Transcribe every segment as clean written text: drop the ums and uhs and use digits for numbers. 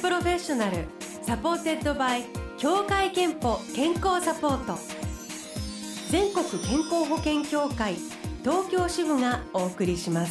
プロフェッショナルサポーテッドバイ協会憲法健康サポート、全国健康保険協会東京支部がお送りします。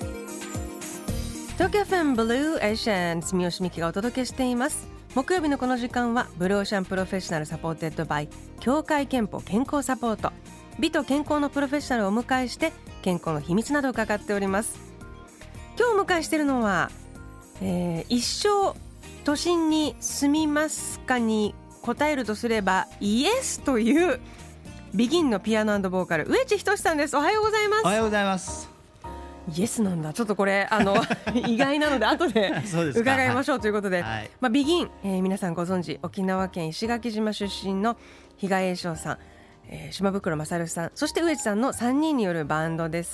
東京フェンブルーエーシャン住吉美希がお届けしています。木曜日のこの時間はブルーオーシャンプロフェッショナルサポーテッドバイ協会憲法健康サポート、美と健康のプロフェッショナルをお迎えして健康の秘密などを伺っております。今日お迎えしているのは、一生都心に住みますかに答えるとすればイエスというビギンのピアノ&ボーカル植地仁さんです。おはようございます。 おはようございます。 イエスなんだ。ちょっとこれ意外なので後で伺いましょうということで、はい、ビギン、皆さんご存知沖縄県石垣島出身の比嘉栄翔さん、島袋勝さん、そして植地さんの3人によるバンドです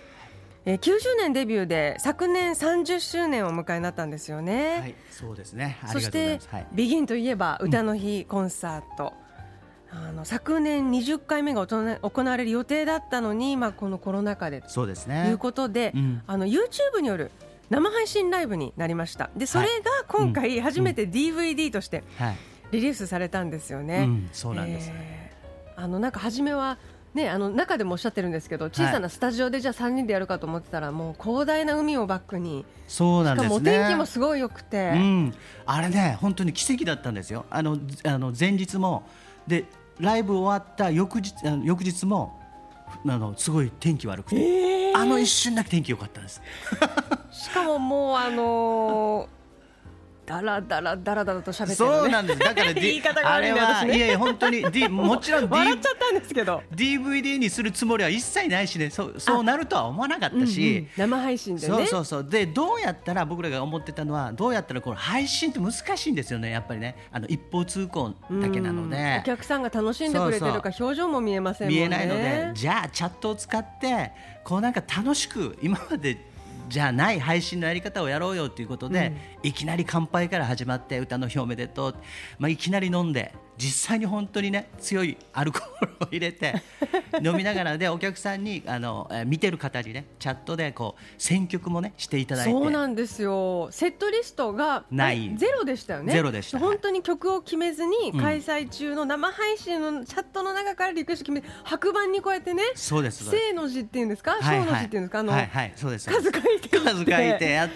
。90年デビューで昨年30周年をお迎えになったんですよね。 はい、そうですね。 そしてビギンといえば歌の日コンサート、昨年20回目が行われる予定だったのに、このコロナ禍でということで、YouTube による生配信ライブになりました。でそれが今回初めて DVD としてリリースされたんですよね。 そうなんです、 なんか初めはね、中でもおっしゃってるんですけど、小さなスタジオでじゃあ3人でやるかと思ってたら、もう広大な海をバックに、 そうなんですね、 しかもお天気もすごい良くて、 あれね本当に奇跡だったんですよ。前日もでライブ終わった翌日もすごい天気悪くて、一瞬だけ天気良かったんですしかももうダラダラと喋ってるね。 そうなんです。だから言い方が悪いね、私ね。 いや本当に、もちろん、 笑っちゃったんですけど DVD にするつもりは一切ないしね、そうなるとは思わなかったし、 生配信でね。 そうでどうやったら僕らが思ってたのは、どうやったらこの配信って難しいんですよね、やっぱりね。一方通行だけなので、 お客さんが楽しんでくれてるか表情も見えませんもんね。 見えないので、じゃあチャットを使ってこうなんか楽しく今までじゃない配信のやり方をやろうよということで、いきなり乾杯から始まって歌の日おめでとう、いきなり飲んで、実際に本当にね強いアルコールを入れて飲みながらで、お客さんに見てる方にねチャットでこう選曲もねしていただいて。 そうなんですよ。セットリストがないゼロでしたよね。 ゼロでした。 本当に曲を決めずに開催中の生配信のチャットの中からリクエスト決めて、白板にこうやってね、 そうです、 正の字っていうんですか、小の字っていうんですか、 そうです、 数書いてやって。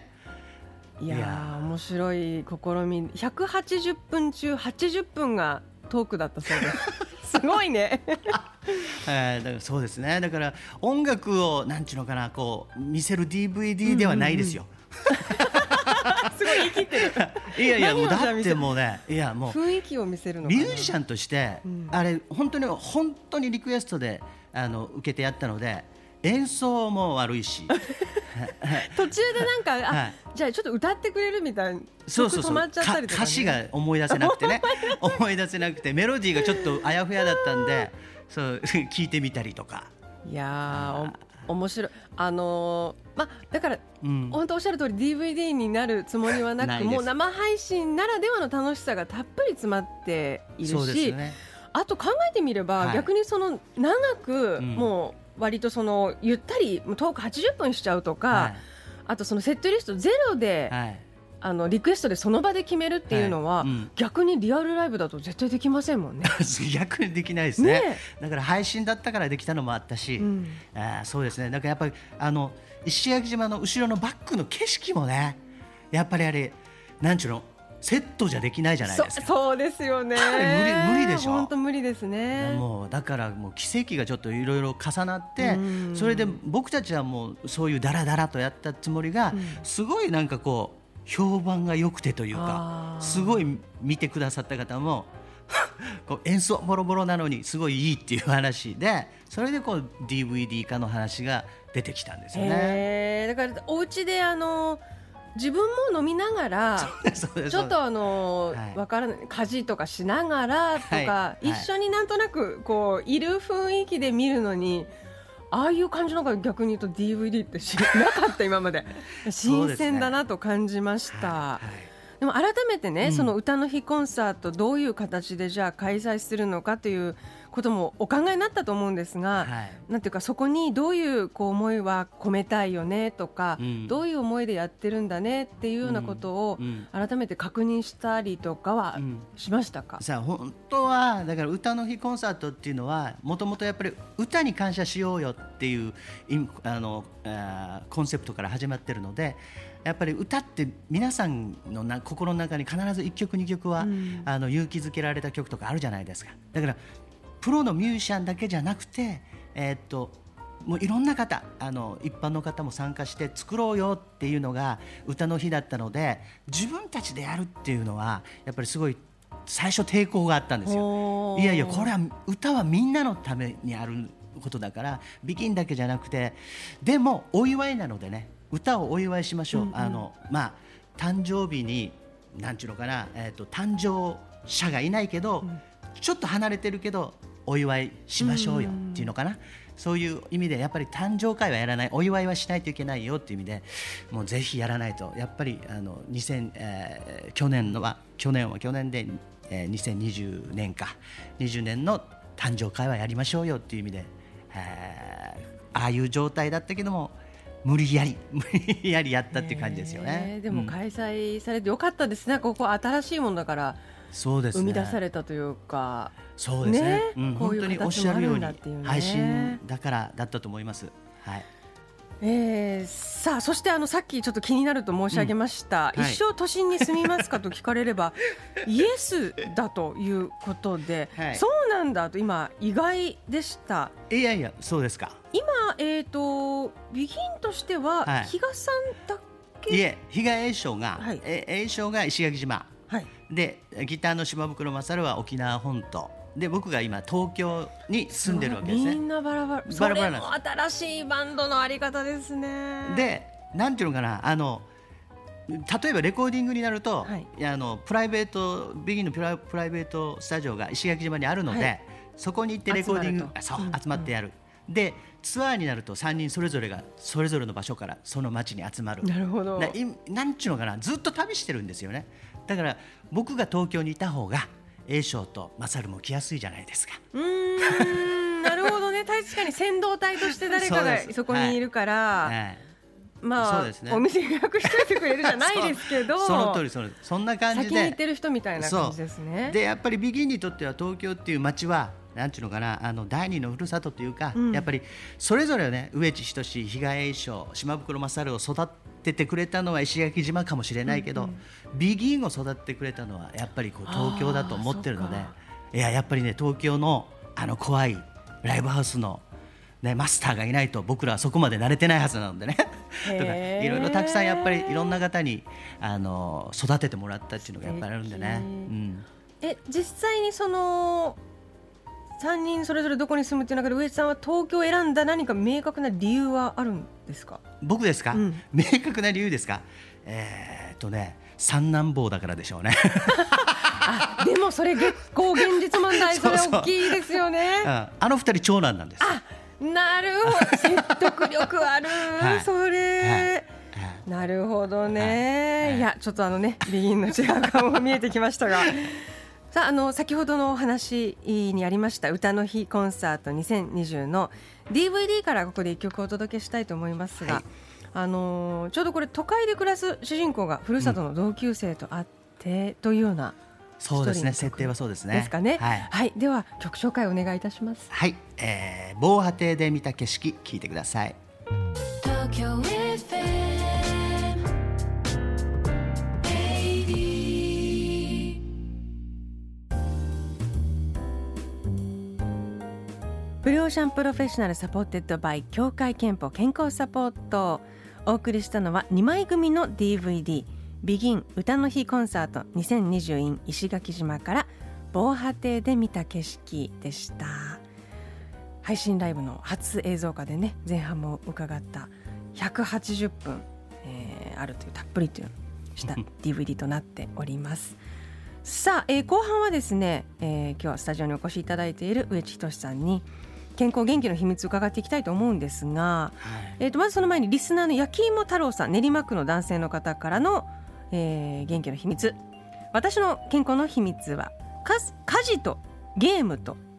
いや面白い試み。180分中80分がトークだったそうですすごいねだからそうですね。だから音楽をなんちゅうのかな、こう見せる DVD ではないですよ、 すごい言い切ってるいやもうだってもうね、いやもう雰囲気を見せるのかな。 ミュージシャンとして、あれ本当にリクエストで受けてやったので、演奏も悪いし途中でなんか、じゃあちょっと歌ってくれるみたいな、曲止まっちゃったりとか、 歌詞が思い出せなくてね思い出せなくて、メロディーがちょっとあやふやだったんで、そう聞いてみたりとか。 いや面白い。だから、本当おっしゃる通り DVD になるつもりはなく、もう生配信ならではの楽しさがたっぷり詰まっているし、 そうですね。 あと考えてみれば、逆にその長く、もう割とそのゆったりトーク80分しちゃうとか、あとそのセットリストゼロで、リクエストでその場で決めるっていうのは、逆にリアルライブだと絶対できませんもんね逆にできないです ね。だから配信だったからできたのもあったし、そうですね。だからやっぱり石垣島の後ろのバックの景色もね、やっぱりあれなんちゅうの、セットじゃできないじゃないですか。 そうですよね。 無理でしょ。 本当無理ですね。 もうだからもう奇跡がちょっといろいろ重なって、それで僕たちはもうそういうダラダラとやったつもりが、すごいなんかこう評判が良くてというか、すごい見てくださった方もこう演奏ボロボロなのにすごいいいっていう話で、それでこう DVD 化の話が出てきたんですよね。 だからお家で自分も飲みながらちょっとわからない家事とかしながらとか、一緒になんとなくこういる雰囲気で見るのに、ああいう感じのが逆に言うと DVD ってなかった今まで新鮮だなと感じました。でも改めてね、その歌の日コンサートどういう形でじゃあ開催するのかということもお考えになったと思うんですが、 はい、 なんていうかそこにどういう思いは込めたいよねとか、どういう思いでやってるんだねっていうようなことを改めて確認したりとかはしましたか？ さあ本当はだから歌の日コンサートっていうのはもともとやっぱり歌に感謝しようよっていうコンセプトから始まってるので、やっぱり歌って皆さんの心の中に必ず1曲2曲は、勇気づけられた曲とかあるじゃないですか。だからプロのミュージシャンだけじゃなくて、もういろんな方一般の方も参加して作ろうよっていうのが歌の日だったので、自分たちでやるっていうのはやっぱりすごい最初抵抗があったんですよ。いやいやこれは歌はみんなのためにあることだからビギンだけじゃなくて、でもお祝いなのでね、歌をお祝いしましょう。誕生日になんちゅうのかな、誕生者がいないけど、ちょっと離れてるけどお祝いしましょうよっていうのかな、そういう意味でやっぱり誕生会はやらない、お祝いはしないといけないよっていう意味で、もうぜひやらないと。やっぱり去年は去年で、2020年か20年の誕生会はやりましょうよっていう意味で、ああいう状態だったけども無理やりやったっていう感じですよね。 でも開催されてよかったですね。ここ新しいものだからそうですね、 生み出されたというか、 そうですね、 こういう本当におっしゃるように配信だからだったと思います。はい。 さあそしてさっきちょっと気になると申し上げました、一生都心に住みますかと聞かれればイエスだということで、そうなんだと今意外でした。 いやいやそうですか。 今ビギンとしては比嘉さんだけ、 いえ比嘉栄翔が、栄翔が石垣島、でギターの島袋勝は沖縄本島で、僕が今東京に住んでるわけですね。 みんなバラバラ。それも新しいバンドのあり方ですね。 でなんていうのかな、例えばレコーディングになると、プライベートビギンのプライベートスタジオが石垣島にあるので、そこに行ってレコーディング集まってやる。でツアーになると3人それぞれがそれぞれの場所からその町に集まる。 なるほど。 なんちゅうのかな、ずっと旅してるんですよね。だから僕が東京にいた方が栄翔と勝も来やすいじゃないですか。 なるほどね。確かに先導隊として誰かがそこにいるから、そうですね、お店予約しておいてくれるじゃないですけどその通りそんな感じで先に行ってる人みたいな感じですね。 でやっぱりビギンにとっては東京っていう街はなんていうのかな、第二のふるさとというか、やっぱりそれぞれね、上地仁志、比嘉栄翔、島袋勝を育ててくれたのは石垣島かもしれないけど、ビギンを育ててくれたのはやっぱり東京だと思ってるので、やっぱりね東京の怖いライブハウスの、マスターがいないと僕らはそこまで慣れてないはずなのでねだからいろいろたくさんやっぱりいろんな方に育ててもらったっていうのがやっぱりあるんでね。 実際にその3人それぞれどこに住むっていう中で、上地さんは東京を選んだ何か明確な理由はあるんですか？ 僕ですか、明確な理由ですか。三男坊だからでしょうねでもそれ結構現実問題、それ大きいですよね。 2人長男なんです。 なるほど、説得力ある、それ、なるほどね、いやちょっとビギンの違う顔も見えてきましたがさあ、先ほどのお話にありました歌の日コンサート2020の DVD からここで1曲お届けしたいと思いますが、ちょうどこれ都会で暮らす主人公がふるさとの同級生と会ってというような、 そうですね、設定はそうですね。 ですかね。では曲紹介お願いいたします。 はい、防波堤で見た景色聞いてください。東京 FM ブルーオーシャンプロフェッショナルサポーテッドバイ協会憲法健康サポート。お送りしたのは2枚組の DVD ビギン歌の日コンサート2020 in 石垣島から防波堤で見た景色でした。配信ライブの初映像化でね、前半も伺った180分、あるというたっぷりというした DVD となっておりますさあ、後半はですね、今日はスタジオにお越しいただいている植地仁さんに健康元気の秘密を伺っていきたいと思うんですが、まずその前にリスナーの焼き芋太郎さん、練馬区の男性の方からの、元気の秘密。私の健康の秘密は家事とゲームと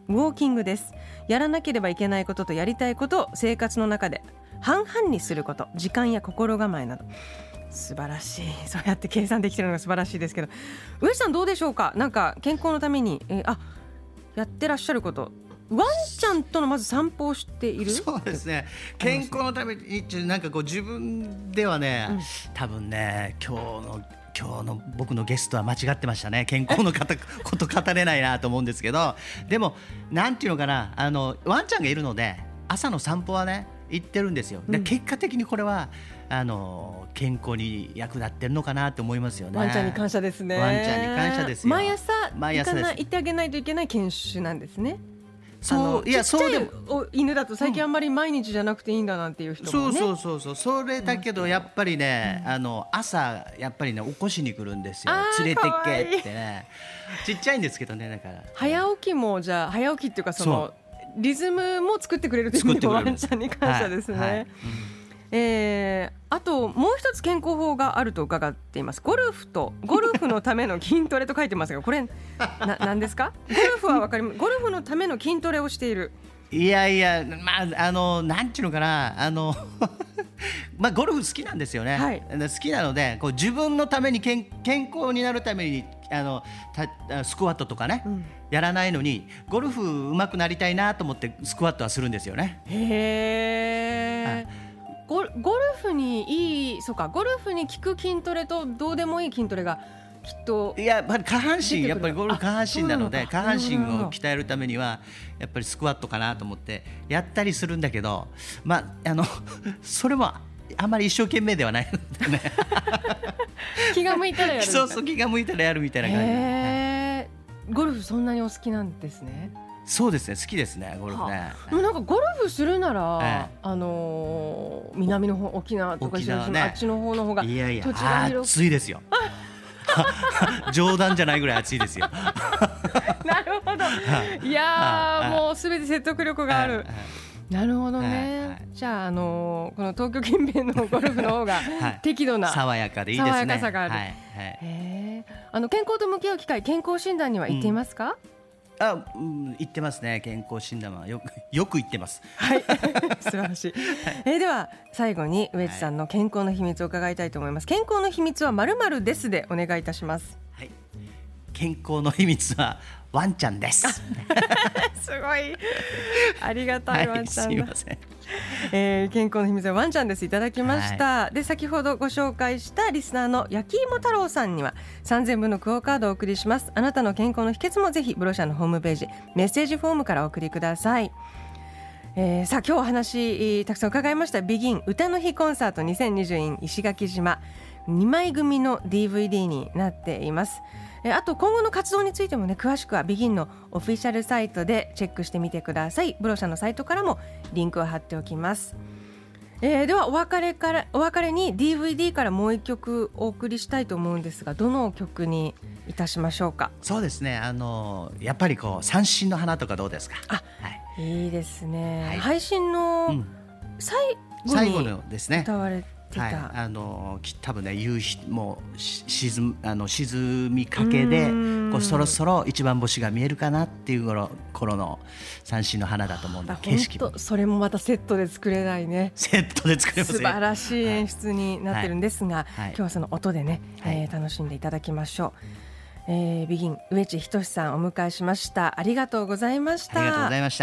ウォーキングです。やらなければいけないこととやりたいことを生活の中で半々にすること、時間や心構えなど。素晴らしい。そうやって計算できてるのが素晴らしいですけど、上地さんどうでしょうか。なんか健康のために、やってらっしゃること、ワンちゃんとのまず散歩をしている。 そうですね、健康のためになんかこう自分ではね、多分ね今日の僕のゲストは間違ってましたね。健康のこと語れないなと思うんですけど、でもなんていうのかな、ワンちゃんがいるので朝の散歩はね行ってるんですよ。で結果的にこれは健康に役立ってるのかなと思いますよね。 ワンちゃんに感謝ですね。 ワンちゃんに感謝ですよ。 毎朝行ってあげないといけない犬種なんですね。 いや、そうでも犬だと最近あんまり毎日じゃなくていいんだなんていう人もね。 そうそれだけどやっぱりね、朝やっぱりね起こしに来るんですよ。連れてけってね。ちっちゃいんですけどね。だから早起きも、じゃあ早起きっていうか、そのリズムも作ってくれるという意味でワンちゃんに感謝ですね。あともう一つ健康法があると伺っています。ゴルフのための筋トレと書いてますが、これ何ですか。ゴルフは分かります。ゴルフのための筋トレをしている。 いや、なんていうのかな、ゴルフ好きなんですよね。好きなのでこう自分のために健康になるためにスクワットとかね、やらないのにゴルフ上手くなりたいなと思ってスクワットはするんですよね。 へー。ゴルフにいい、そうか、ゴルフに効く筋トレとどうでもいい筋トレがきっと。いや、下半身、やっぱりゴルフ下半身なので、下半身を鍛えるためにはやっぱりスクワットかなと思ってやったりするんだけど、それもあまり一生懸命ではないのでね気が向いたらやるみたいな。 そう気が向いたらやるみたいな感じ。ゴルフそんなにお好きなんですね。 そうですね、好きですね、ゴルフね。 でもなんかゴルフするなら、南の方、沖縄とかあっちの方の方が土地が広く。 暑いですよ冗談じゃないぐらい暑いですよなるほど。いやもうすべて説得力がある。なるほどね。じゃあ、この東京近辺のゴルフの方が適度な爽やかでいいですね。 爽やかさがある。健康と向き合う機会、健康診断には行っていますか。 行ってますね。健康診断はよく行ってます。 はい素晴らしい。では最後に上地さんの健康の秘密を伺いたいと思います。健康の秘密は〇〇ですでお願いいたします。 はい、健康の秘密はワンちゃんですすごいありがたいワンちゃんだ。すいません。健康の秘密はワンちゃんです。いただきました。で、先ほどご紹介したリスナーの焼き芋太郎さんには3000分のクオカードをお送りします。あなたの健康の秘訣もぜひブロシャのホームページメッセージフォームからお送りください。さあ今日お話たくさん伺いました。ビギン歌の日コンサート2020 in 石垣島2枚組の DVD になっています。あと今後の活動についてもね、詳しくはビギンのオフィシャルサイトでチェックしてみてください。ブロシャのサイトからもリンクを貼っておきます。ではお別れに DVD からもう一曲お送りしたいと思うんですが、どの曲にいたしましょうか。 そうですね、やっぱりこう三振の花とかどうですか。 いいですね。配信の最後に歌われて多分ね、夕日も沈みかけでこうそろそろ一番星が見えるかなっていう頃の三振の花だと思うんだ。景色もそれもまたセットで作れないね。 セットで作れますね。 素晴らしい演出になってるんですが、今日はその音でね、楽しんでいただきましょう。ビギン上地仁さんお迎えしました。ありがとうございました。 ありがとうございました。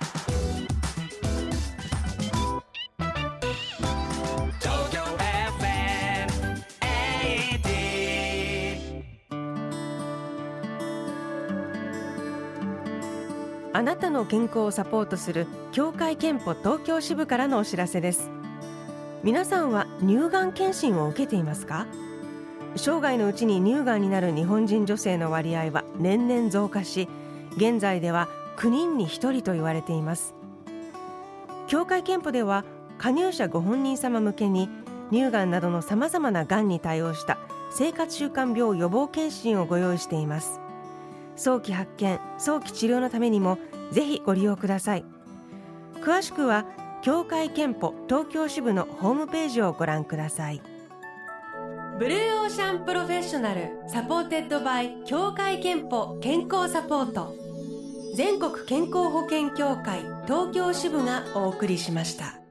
あなたの健康をサポートする協会憲法東京支部からのお知らせです。皆さんは乳がん検診を受けていますか。生涯のうちに乳がんになる日本人女性の割合は年々増加し、現在では9人に1人と言われています。協会憲法では加入者ご本人様向けに乳がんなどのさまざまながんに対応した生活習慣病予防検診をご用意しています。早期発見、早期治療のためにもぜひご利用ください。詳しくは協会憲法東京支部のホームページをご覧ください。ブルーオーシャンプロフェッショナルサポーテッドバイ協会憲法健康サポート。 全国健康保険協会東京支部がお送りしました。